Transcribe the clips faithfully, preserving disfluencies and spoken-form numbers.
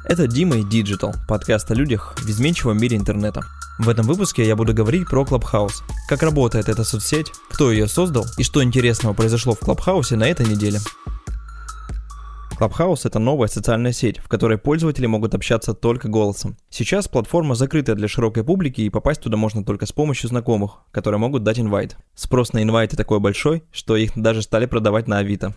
Это Дима и Digital, подкаст о людях в изменчивом мире интернета. В этом выпуске я буду говорить про Clubhouse, как работает эта соцсеть, кто ее создал и что интересного произошло в Clubhouse на этой неделе. Clubhouse — это новая социальная сеть, в которой пользователи могут общаться только голосом. Сейчас платформа закрыта для широкой публики, и попасть туда можно только с помощью знакомых, которые могут дать инвайт. Спрос на инвайты такой большой, что их даже стали продавать на Авито.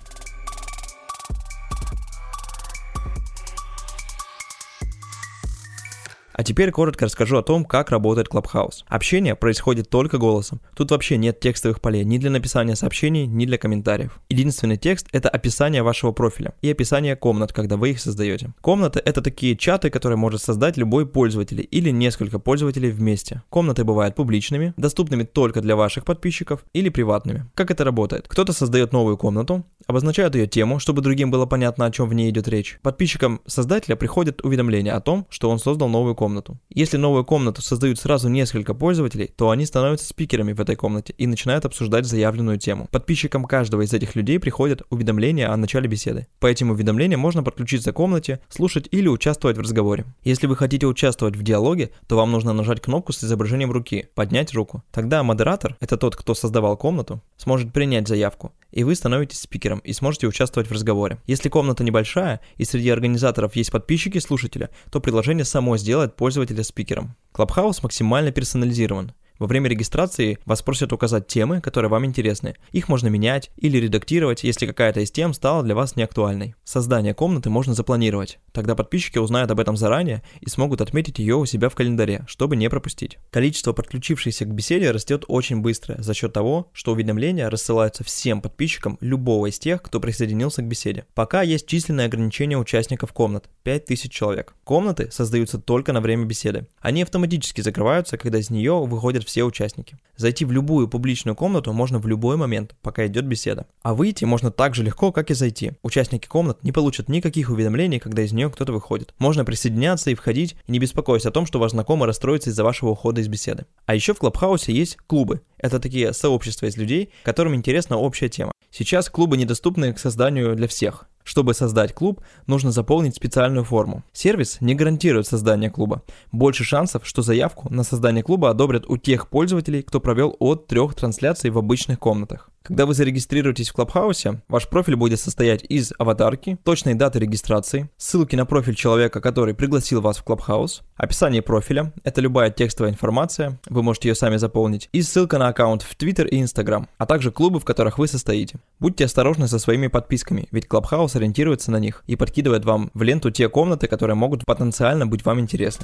А теперь коротко расскажу о том, как работает Clubhouse. Общение происходит только голосом. Тут вообще нет текстовых полей ни для написания сообщений, ни для комментариев. Единственный текст — это описание вашего профиля и описание комнат, когда вы их создаете. Комнаты — это такие чаты, которые может создать любой пользователь или несколько пользователей вместе. Комнаты бывают публичными, доступными только для ваших подписчиков или приватными. Как это работает? Кто-то создает новую комнату, обозначает ее тему, чтобы другим было понятно, о чем в ней идет речь. Подписчикам создателя приходит уведомление о том, что он создал новую комнату. Если новую комнату создают сразу несколько пользователей, то они становятся спикерами в этой комнате и начинают обсуждать заявленную тему. Подписчикам каждого из этих людей приходят уведомления о начале беседы. По этим уведомлениям можно подключиться к комнате, слушать или участвовать в разговоре. Если вы хотите участвовать в диалоге, то вам нужно нажать кнопку с изображением руки, поднять руку. Тогда модератор, это тот, кто создавал комнату, сможет принять заявку, и вы становитесь спикером и сможете участвовать в разговоре. Если комната небольшая и среди организаторов есть подписчики слушателя, то приложение само сделает пользователя спикером. Clubhouse максимально персонализирован. Во время регистрации вас просят указать темы, которые вам интересны. Их можно менять или редактировать, если какая-то из тем стала для вас неактуальной. Создание комнаты можно запланировать. Тогда подписчики узнают об этом заранее и смогут отметить ее у себя в календаре, чтобы не пропустить. Количество подключившихся к беседе растет очень быстро за счет того, что уведомления рассылаются всем подписчикам любого из тех, кто присоединился к беседе. Пока есть численное ограничение участников комнат – пять тысяч человек. Комнаты создаются только на время беседы. Они автоматически закрываются, когда из нее выходят все участники. Зайти в любую публичную комнату можно в любой момент, пока идет беседа. А выйти можно так же легко, как и зайти. Участники комнат не получат никаких уведомлений, когда из нее кто-то выходит. Можно присоединяться и входить, не беспокоясь о том, что ваш знакомый расстроится из-за вашего ухода из беседы. А еще в Clubhouse есть клубы. Это такие сообщества из людей, которым интересна общая тема. Сейчас клубы недоступны к созданию для всех. Чтобы создать клуб, нужно заполнить специальную форму. Сервис не гарантирует создание клуба. Больше шансов, что заявку на создание клуба одобрят у тех пользователей, кто провел от трех трансляций в обычных комнатах. Когда вы зарегистрируетесь в Clubhouse, ваш профиль будет состоять из аватарки, точной даты регистрации, ссылки на профиль человека, который пригласил вас в Clubhouse, описание профиля, это любая текстовая информация, вы можете ее сами заполнить, и ссылка на аккаунт в Twitter и Instagram, а также клубы, в которых вы состоите. Будьте осторожны со своими подписками, ведь Clubhouse ориентируется на них и подкидывает вам в ленту те комнаты, которые могут потенциально быть вам интересны.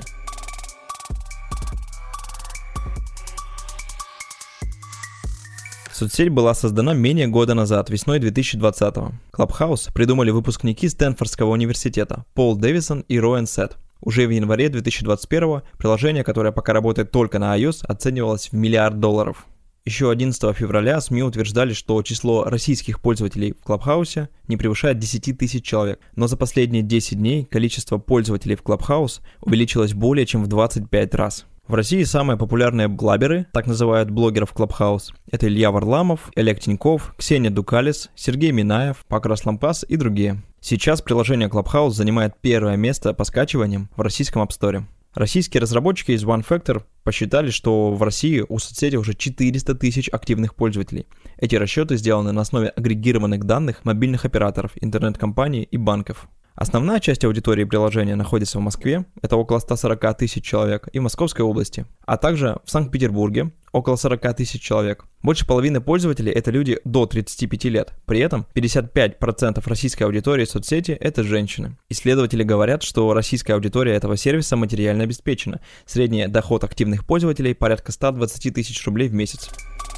Соцсеть была создана менее года назад, весной две тысячи двадцатого. Clubhouse придумали выпускники Стэнфордского университета Пол Дэвисон и Роэн Сет. Уже в январе две тысячи двадцать первого приложение, которое пока работает только на iOS, оценивалось в миллиард долларов. Еще одиннадцатого февраля СМИ утверждали, что число российских пользователей в Clubhouse не превышает десять тысяч человек. Но за последние десять дней количество пользователей в Clubhouse увеличилось более чем в двадцать пять раз. В России самые популярные блаберы, так называют блогеров Clubhouse, это Илья Варламов, Олег Тиньков, Ксения Дукалис, Сергей Минаев, Покрас Лампас и другие. Сейчас приложение Clubhouse занимает первое место по скачиваниям в российском App Store. Российские разработчики из OneFactor посчитали, что в России у соцсети уже четыреста тысяч активных пользователей. Эти расчеты сделаны на основе агрегированных данных мобильных операторов, интернет-компаний и банков. Основная часть аудитории приложения находится в Москве, это около сто сорок тысяч человек, и в Московской области, а также в Санкт-Петербурге, около сорок тысяч человек. Больше половины пользователей – это люди до тридцати пяти лет. При этом пятьдесят пять процентов российской аудитории соцсети – это женщины. Исследователи говорят, что российская аудитория этого сервиса материально обеспечена. Средний доход активных пользователей – порядка сто двадцать тысяч рублей в месяц.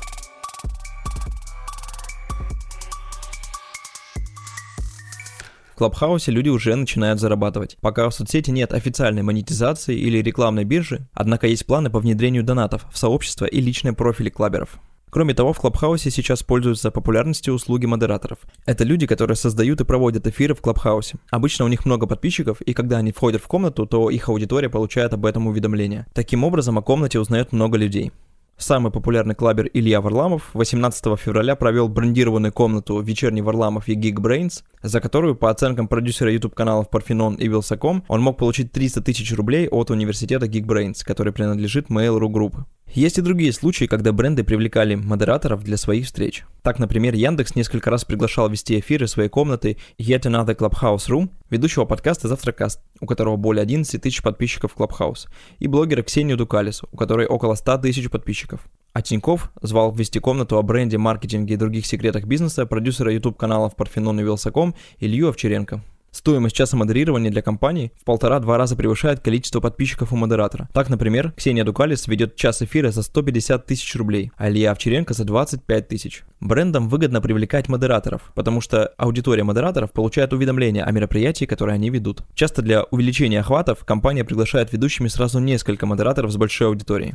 В Clubhouse люди уже начинают зарабатывать. Пока в соцсети нет официальной монетизации или рекламной биржи, однако есть планы по внедрению донатов в сообщество и личные профили клаберов. Кроме того, в Clubhouse сейчас пользуются популярностью услуги модераторов. Это люди, которые создают и проводят эфиры в Clubhouse. Обычно у них много подписчиков, и когда они входят в комнату, то их аудитория получает об этом уведомления. Таким образом, о комнате узнает много людей. Самый популярный клабер Илья Варламов восемнадцатого февраля провел брендированную комнату «Вечерний Варламов» и Geekbrains, за которую, по оценкам продюсера YouTube-каналов Парфенон и Вилсаком, он мог получить триста тысяч рублей от университета Geekbrains, который принадлежит Mail.ru Group. Есть и другие случаи, когда бренды привлекали модераторов для своих встреч. Так, например, Яндекс несколько раз приглашал вести эфиры своей комнаты Yet Another Clubhouse Room, ведущего подкаста «Завтракаст», у которого более одиннадцать тысяч подписчиков в Clubhouse, и блогера Ксению Дукалис, у которой около ста тысяч подписчиков. А Тинькофф звал ввести комнату о бренде, маркетинге и других секретах бизнеса продюсера YouTube-каналов Парфенон и Вилсаком Илью Овчаренко. Стоимость часа модерирования для компании в полтора-два раза превышает количество подписчиков у модератора. Так, например, Ксения Дукалис ведет час эфира за сто пятьдесят тысяч рублей, а Илья Овчаренко за двадцать пять тысяч. Брендам выгодно привлекать модераторов, потому что аудитория модераторов получает уведомления о мероприятии, которое они ведут. Часто для увеличения охватов компания приглашает ведущими сразу несколько модераторов с большой аудиторией.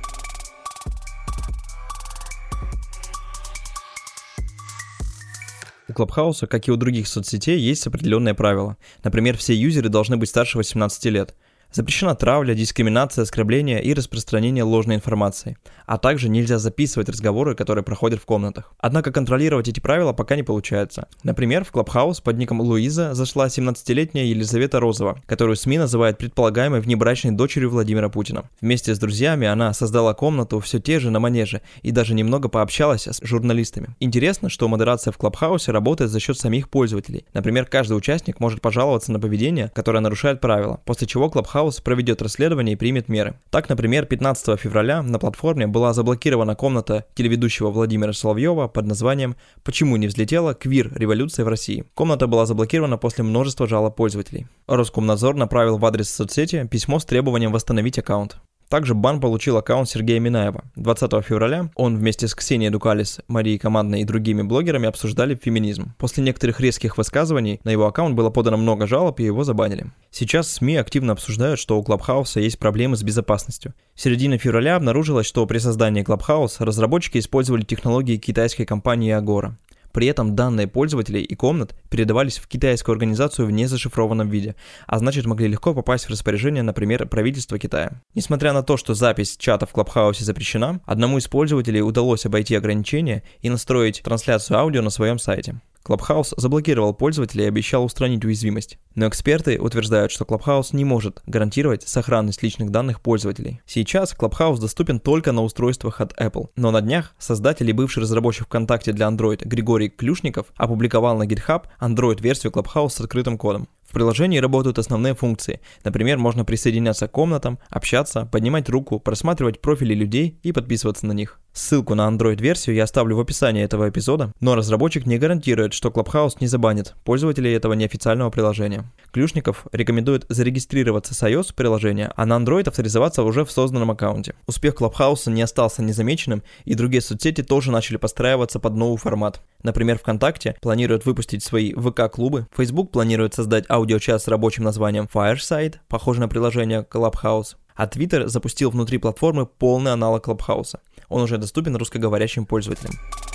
У Клабхауса, как и у других соцсетей, есть определенные правила. Например, все юзеры должны быть старше восемнадцати лет. Запрещена травля, дискриминация, оскорбление и распространение ложной информации. А также нельзя записывать разговоры, которые проходят в комнатах. Однако контролировать эти правила пока не получается. Например, в Clubhouse под ником Луиза зашла семнадцатилетняя Елизавета Розова, которую СМИ называют предполагаемой внебрачной дочерью Владимира Путина. Вместе с друзьями она создала комнату все те же на манеже и даже немного пообщалась с журналистами. Интересно, что модерация в Clubhouse работает за счет самих пользователей. Например, каждый участник может пожаловаться на поведение, которое нарушает правила, после чего Clubhouse проведет расследование и примет меры. Так, например, пятнадцатого февраля на платформе была заблокирована комната телеведущего Владимира Соловьева под названием «Почему не взлетела квир-революция в России?». Комната была заблокирована после множества жалоб пользователей. Роскомнадзор направил в адрес соцсети письмо с требованием восстановить аккаунт. Также бан получил аккаунт Сергея Минаева. двадцатого февраля он вместе с Ксенией Дукалис, Марией Командной и другими блогерами обсуждали феминизм. После некоторых резких высказываний на его аккаунт было подано много жалоб и его забанили. Сейчас СМИ активно обсуждают, что у Clubhouse есть проблемы с безопасностью. В середине февраля обнаружилось, что при создании Clubhouse разработчики использовали технологии китайской компании Agora. При этом данные пользователей и комнат передавались в китайскую организацию в незашифрованном виде, а значит могли легко попасть в распоряжение, например, правительства Китая. Несмотря на то, что запись чата в Clubhouse запрещена, одному из пользователей удалось обойти ограничения и настроить трансляцию аудио на своем сайте. Clubhouse заблокировал пользователей и обещал устранить уязвимость. Но эксперты утверждают, что Clubhouse не может гарантировать сохранность личных данных пользователей. Сейчас Clubhouse доступен только на устройствах от Apple. Но на днях создатель и бывший разработчик ВКонтакте для Android Григорий Клюшников опубликовал на GitHub Android-версию Clubhouse с открытым кодом. В приложении работают основные функции. Например, можно присоединяться к комнатам, общаться, поднимать руку, просматривать профили людей и подписываться на них. Ссылку на Android-версию я оставлю в описании этого эпизода, но разработчик не гарантирует, что Clubhouse не забанит пользователей этого неофициального приложения. Клюшников рекомендует зарегистрироваться с iOS приложения, а на Android авторизоваться уже в созданном аккаунте. Успех Clubhouse не остался незамеченным, и другие соцсети тоже начали подстраиваться под новый формат. Например, ВКонтакте планирует выпустить свои вэ ка-клубы, Facebook планирует создать аудиочат с рабочим названием Fireside, похоже на приложение Clubhouse, а Twitter запустил внутри платформы полный аналог Clubhouse. Он уже доступен русскоговорящим пользователям.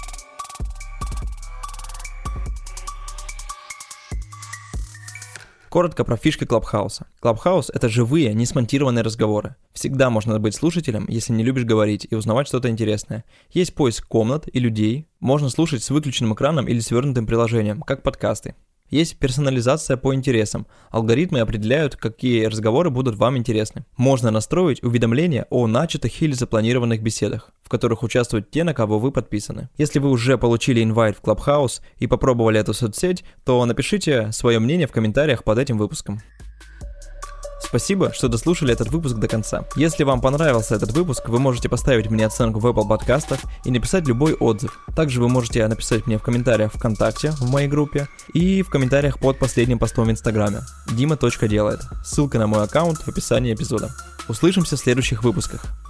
Коротко про фишки Clubhouse. Clubhouse — это живые, не смонтированные разговоры. Всегда можно быть слушателем, если не любишь говорить и узнавать что-то интересное. Есть поиск комнат и людей. Можно слушать с выключенным экраном или свернутым приложением, как подкасты. Есть персонализация по интересам. Алгоритмы определяют, какие разговоры будут вам интересны. Можно настроить уведомления о начатых или запланированных беседах, в которых участвуют те, на кого вы подписаны. Если вы уже получили инвайт в Clubhouse и попробовали эту соцсеть, то напишите свое мнение в комментариях под этим выпуском. Спасибо, что дослушали этот выпуск до конца. Если вам понравился этот выпуск, вы можете поставить мне оценку в Apple подкастах и написать любой отзыв. Также вы можете написать мне в комментариях ВКонтакте, в моей группе, и в комментариях под последним постом в Инстаграме. дима точка делает. Ссылка на мой аккаунт в описании эпизода. Услышимся в следующих выпусках.